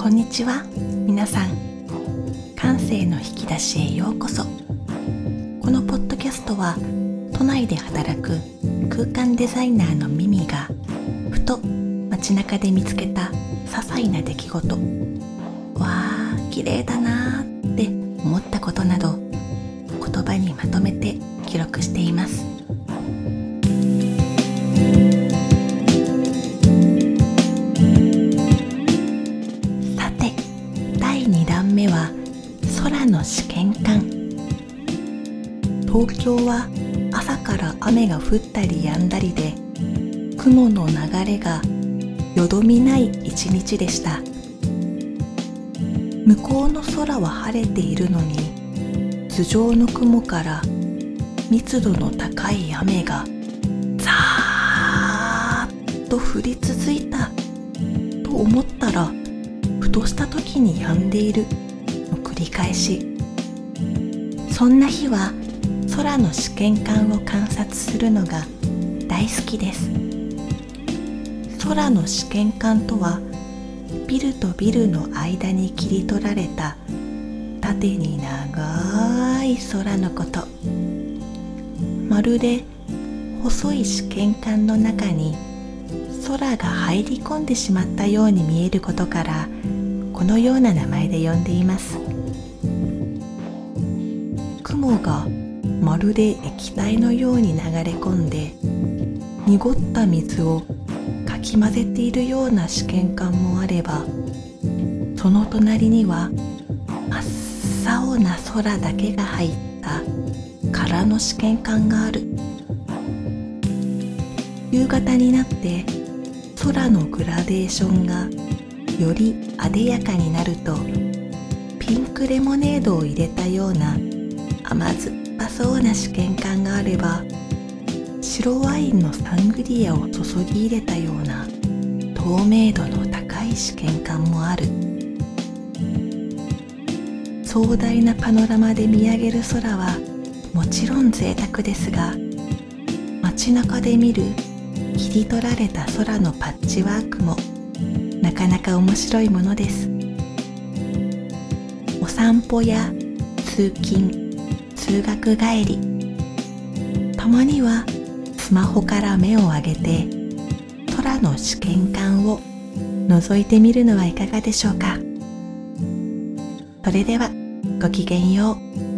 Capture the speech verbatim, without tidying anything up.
こんにちは。皆さん、感性の引き出しへようこそ。このポッドキャストは都内で働く空間デザイナーのミミがふと街中で見つけた些細な出来事、わー綺麗だなーって思ったことなど言葉にまとめて記録しています。さて、だいにだんめは空の試験管。東京は朝から雨が降ったり止んだりで、雲の流れがよどみない一日でした。向こうの空は晴れているのに、頭上の雲から密度の高い雨がザーッと降り続いたと思ったら、ふとした時に止んでいるの繰り返し。そんな日は空の試験管を観察するのが大好きです。空の試験管とは、ビルとビルの間に切り取られた縦に長い空のこと。まるで細い試験管の中に空が入り込んでしまったように見えることから、このような名前で呼んでいます。雲がまるで液体のように流れ込んで、濁った水をかき混ぜているような試験管もあれば、その隣には真っ青な空だけが入った空の試験管がある。夕方になって空のグラデーションがよりあでやかになると、ピンクレモネードを入れたような甘酸っぱそうな試験管があれば、白ワインのサングリアを注ぎ入れたような透明度の高い試験管もある。壮大なパノラマで見上げる空はもちろん贅沢ですが、街中で見る切り取られた空のパッチワークもなかなか面白いものです。お散歩や通勤、通学帰り、たまにはスマホから目を上げて空の試験管を覗いてみるのはいかがでしょうか。それではごきげんよう。